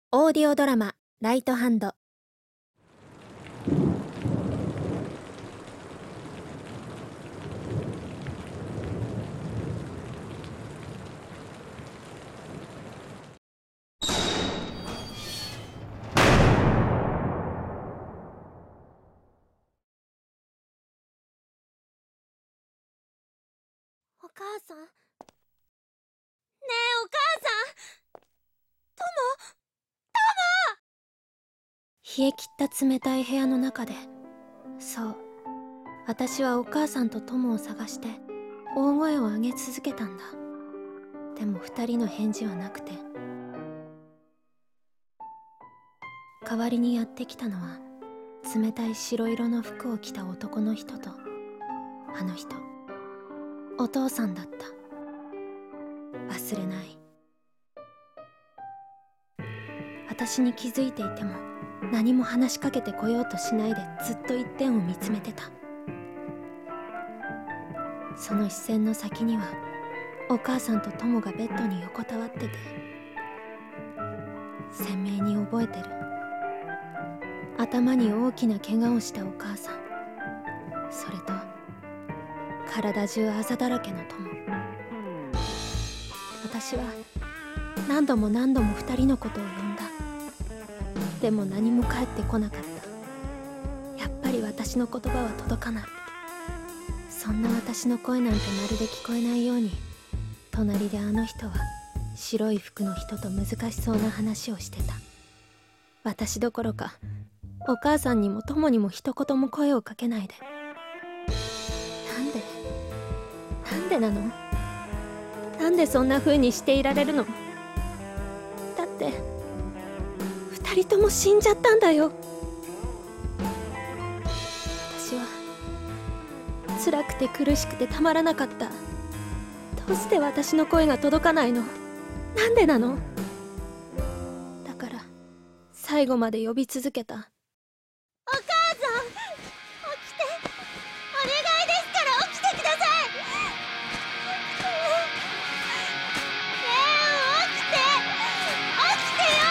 オーディオドラマ「ライトハンド」。 お母さん、ねえお母さん、 冷え切った冷たい部屋の中で、そう、私はお母さんと友を探して大声を上げ続けたんだ。でも2人の返事はなくて、代わりにやってきたのは冷たい白色の服を着た男の人と、あの人、お父さんだった。忘れない。私に気づいていても何も話しかけてこようとしないでずっと一点を見つめてた。その視線の先にはお母さんと友がベッドに横たわってて、鮮明に覚えてる。頭に大きな怪我をしたお母さん、それと体中あざだらけの友。私は何度も何度も2人のことを呼んだ。でも何も返ってこなかった。やっぱり私の言葉は届かない。そんな私の声なんてまるで聞こえないように、隣であの人は白い服の人と難しそうな話をしてた。私どころかお母さんにも友にも一言も声をかけないで。なんでなの？なんでそんな風にしていられるの？だって二人とも死んじゃったんだよ。私は辛くて苦しくてたまらなかった。どうして私の声が届かないの？なんでなの？だから最後まで呼び続けた。 お母さん、起きて、お願いですから起きてください。起きてよ、ねえ起きて、起きてよ。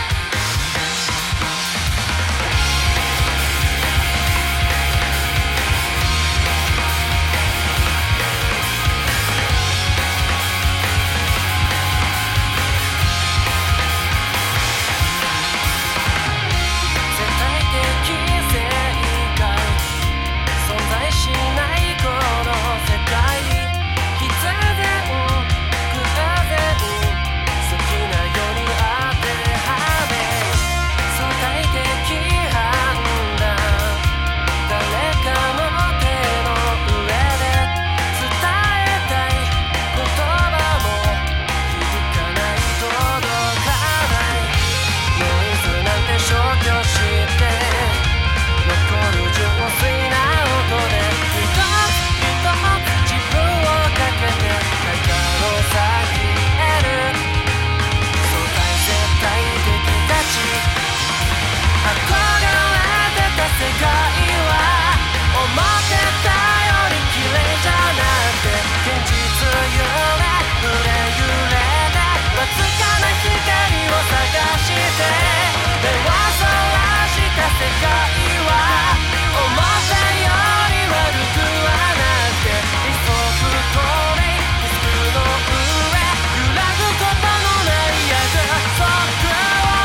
絶対的正解存在しないこの世界、必然偶然好きなように当てはめ、相対的判断、誰かの手の上で伝えたい言葉も響かない、届かない、ノイズなんて消去して残る純粋な音で、一つ一つ自分をかけて中を遮る相対絶対的価値、憧れてた世界は思ってたより綺麗じゃなくて、現実揺れ揺れ揺れでわずかな光を探して目をそらした世界は思ったより悪くはなくて、理想不透明ディスクの上揺らぐことのない約束を、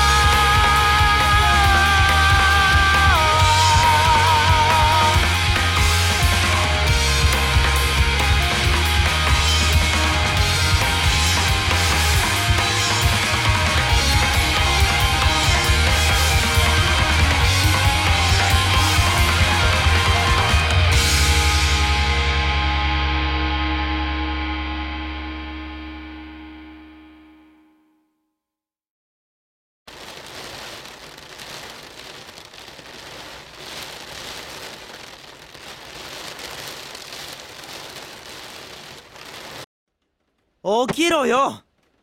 起きろよ。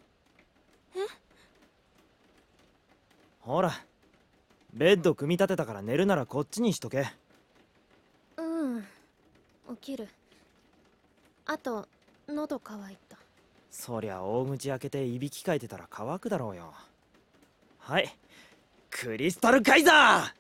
ほら、ベッド組み立てたから寝るならこっちにしとけ。 起きる。あと喉乾いた。 そりゃ大口開けていびきかいてたら乾くだろうよ。 はい、クリスタルカイザ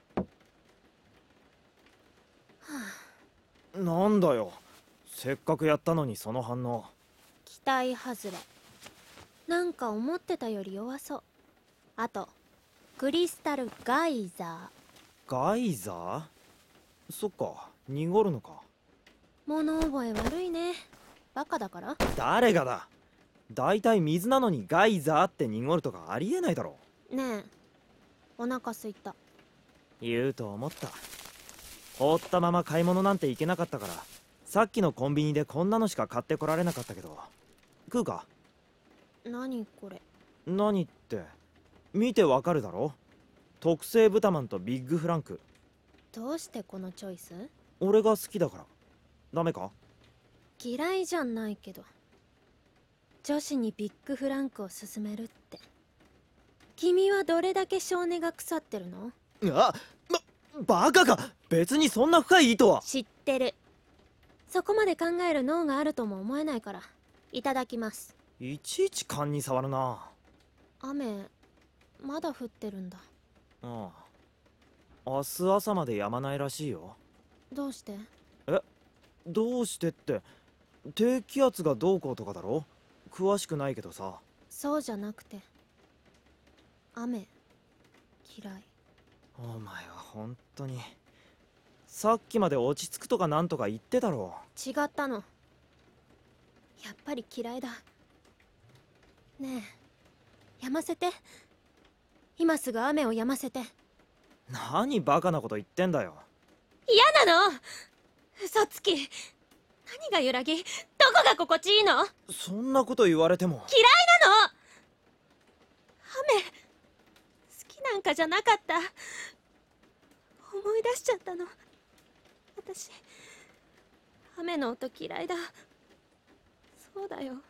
ー。なんだよ、せっかくやったのにその反応。 期待外れ。なんか思ってたより弱そう。あとクリスタルガイザガイザー？そっか、濁るのか。 ー。物覚え悪いね。バカだから？ 誰がだ。だいたい水なのにガイザーって濁るとかありえないだろ。 ねえ、お腹すいた。 言うと思った。放ったまま買い物なんて行けなかったから、さっきのコンビニでこんなのしか買ってこられなかったけど。食うか？ 何これ？ 何って見てわかるだろ。特製豚まんとビッグフランク。 どうしてこのチョイス？ 俺が好きだから。ダメか？ 嫌いじゃないけど、女子にビッグフランクを勧めるって、君はどれだけ性根が腐ってるの？ バカか。別にそんな深い意図は。 知ってる。そこまで考える脳があるとも思えないから。いただきます。 いちいち勘に触るな。 雨まだ降ってるんだ。 ああ、明日朝まで止まないらしいよ。 どうして？ どうしてって低気圧がどうこうとかだろ。詳しくないけどさ。 そうじゃなくて、雨嫌い。 お前は本当に。さっきまで落ち着くとかなんとか言ってたろ。 違ったの。やっぱり嫌いだ。ねえ、やませて。今すぐ雨をやませて。 何バカなこと言ってんだよ。 嫌なの。嘘つき。何が揺らぎ、どこが心地いいの？ そんなこと言われても。 嫌いなの。雨好きなんかじゃなかった。思い出しちゃったの。私雨の音嫌いだ。そうだよ。だ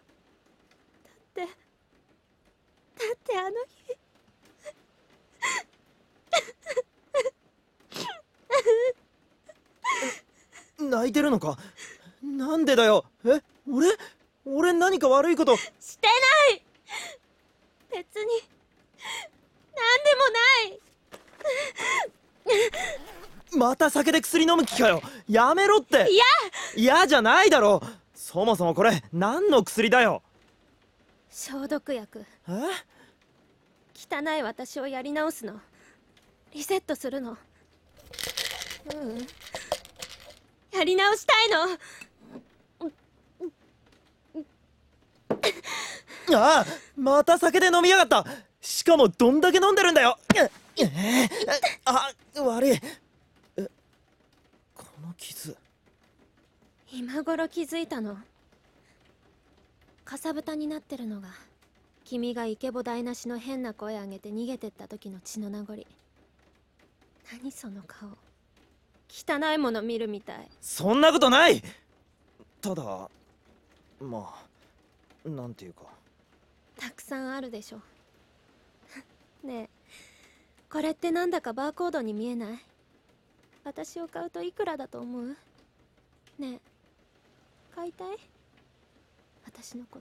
ってあの日泣いてるのか？なんでだよ。俺何か悪いことしてない。別になんでもない。 また酒で薬飲む気かよ。やめろって。嫌じゃないだろ。そもそもこれ何の薬だよ。 消毒薬。汚い私をやり直すの。リセットするの。やり直したいの。 ああ、また酒で飲みやがった。しかもどんだけ飲んでるんだよ。悪い。この傷。 今頃気づいたの。かさぶたになってるのが君がイケボ台無しの変な声上げて逃げてった時の血の名残。何その顔。汚いもの見るみたい。 そんなことない。ただまあなんていうか。 たくさんあるでしょ。ねえ、これってなんだかバーコードに見えない？私を買うといくらだと思う？ねえ、買いたい？私のこと、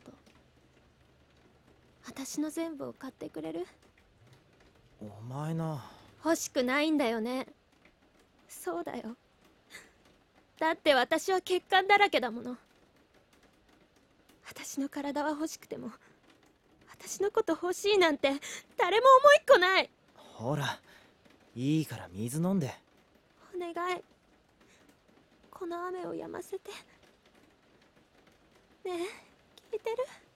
私の全部を買ってくれる？ お前な。 欲しくないんだよね。そうだよ。だって私は欠陥だらけだもの。私の体は欲しくても、私のこと欲しいなんて誰も思いっこない。 ほら、いいから水飲んで。 お願い、この雨を止ませて。ねえ、聞いてる？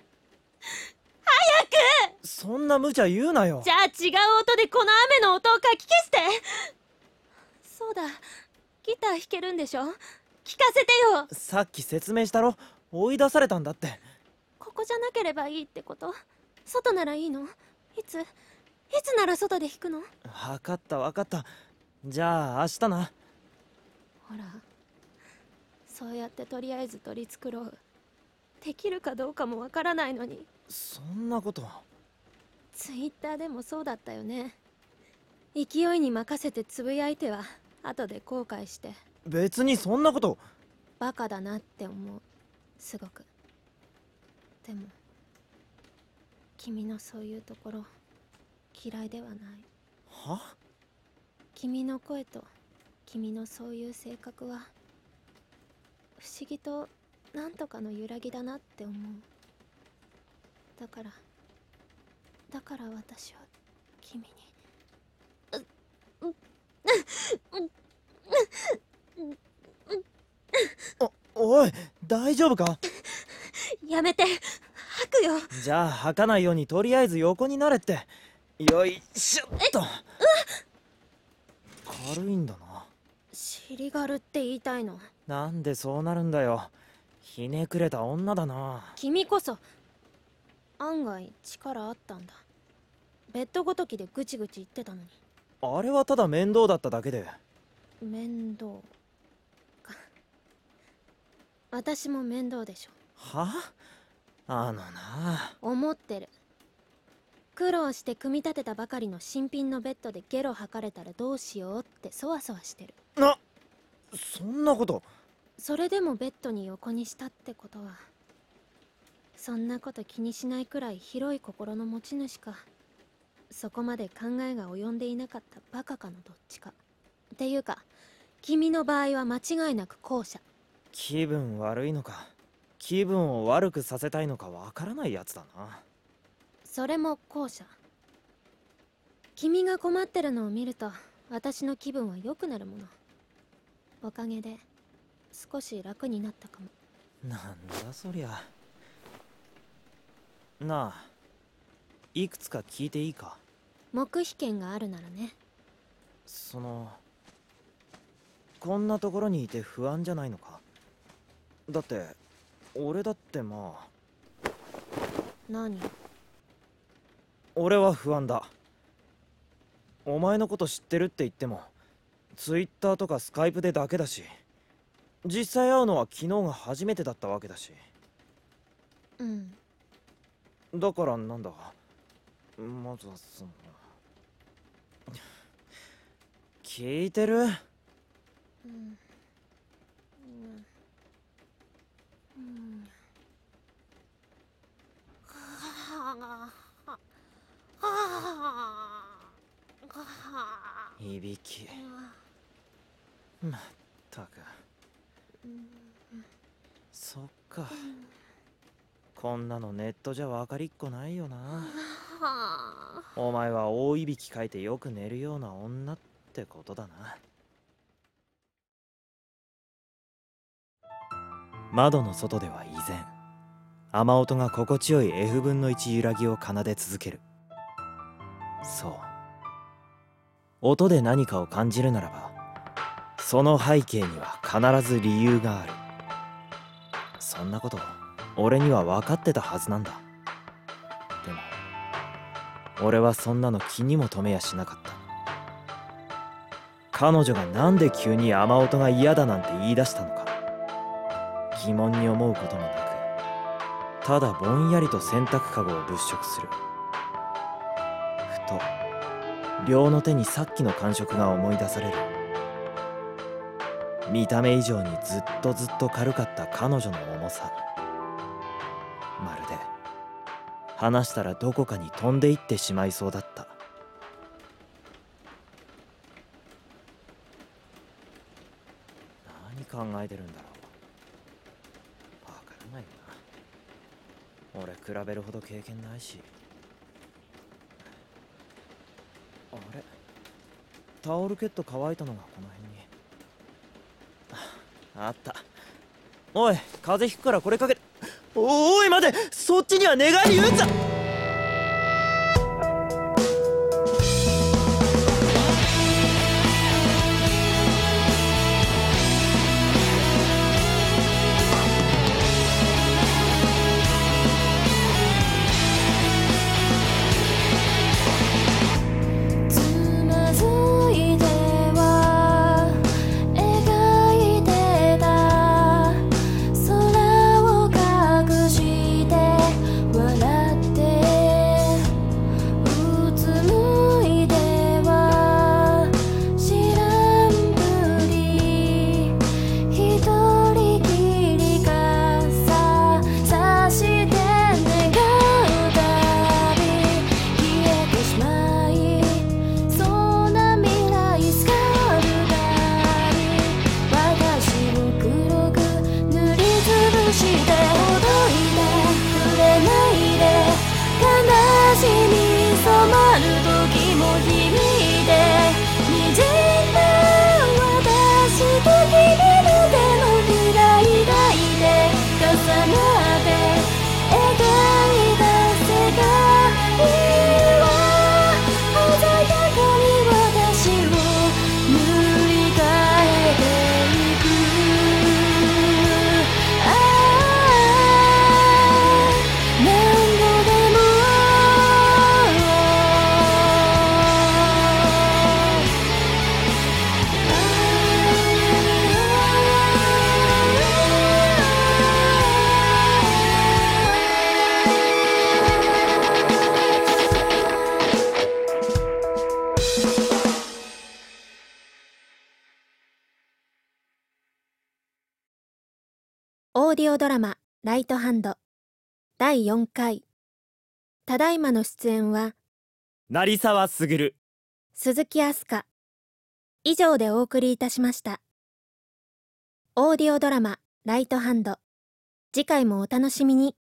早く！ そんな無茶言うなよ。 じゃあ違う音でこの雨の音をかき消して。そうだ、ギター弾けるんでしょ？聞かせてよ。 さっき説明したろ。追い出されたんだって。 ここじゃなければいいってこと？外ならいいの？いつなら外で弾くの？ 分かった分かった。じゃあ明日な。 ほら、そうやってとりあえず取り繕う。できるかどうかもわからないのに。 そんなこと。 ツイッターでもそうだったよね。勢いに任せてつぶやいては後で後悔して。 別にそんなこと。 バカだなって思う、すごく。でも君のそういうところ嫌いではない。 は？ 君の声と君のそういう性格は不思議となんとかの揺らぎだなって思う。だから私は君におい、大丈夫か？ やめて、吐くよ。 じゃあ吐かないようにとりあえず横になれって。よいしょっと。軽いんだな。 尻軽って言いたいの？ なんでそうなるんだよ。ひねくれた女だな。 君こそ案外力あったんだ。ベッドごときでぐちぐち言ってたのに。 あれはただ面倒だっただけで。 面倒か。私も面倒でしょ。 は？な。 思ってる。苦労して組み立てたばかりの新品のベッドでゲロ吐かれたらどうしようってそわそわしてる。 そんなこと。 それでもベッドに横にしたってことは、そんなこと気にしないくらい広い心の持ち主か、そこまで考えが及んでいなかったバカかのどっちか。っていうか君の場合は間違いなく後者。 気分悪いのか気分を悪くさせたいのかわからないやつだな。 それも後者。君が困ってるのを見ると私の気分は良くなるもの。おかげで少し楽になったかも。 なんだそりゃ。なあ、いくつか聞いていいか？ 黙秘権があるならね。 こんなところにいて不安じゃないのか？だって俺だってまあ。 何？ 俺は不安だ。お前のこと知ってるって言ってもツイッターとかスカイプでだけだし、実際会うのは昨日が初めてだったわけだし。 うん。 だからなんだ、まずは聞いてる？いびき。まったく。そっか。こんなのネットじゃ分かりっこないよな。お前は大いびきかいてよく寝るような女ってことだな。窓の外では依然雨音が心地よい F 分の1揺らぎを奏で続ける。そう、音で何かを感じるならばその背景には必ず理由がある。そんなこと俺には分かってたはずなんだ。でも俺はそんなの気にも留めやしなかった。彼女がなんで急に雨音が嫌だなんて言い出したのか疑問に思うこともなく、ただぼんやりと洗濯かごを物色する。ふと両の手にさっきの感触が思い出される。見た目以上にずっと軽かった彼女の重さ、まるで離したらどこかに飛んでいってしまいそうだった。何考えてるんだろう。わからないよな。俺比べるほど経験ないし。あれ、タオルケット乾いたのがこの辺に。あった。おい、風邪ひくからこれかけて。おい待て、そっちには寝返り打つぞ。 笑ってオーディオドラマ「ライトハンド」第4回。ただいまの出演は成沢卓。 鈴木飛鳥。以上でお送りいたしました。オーディオドラマ「ライトハンド」、次回もお楽しみに。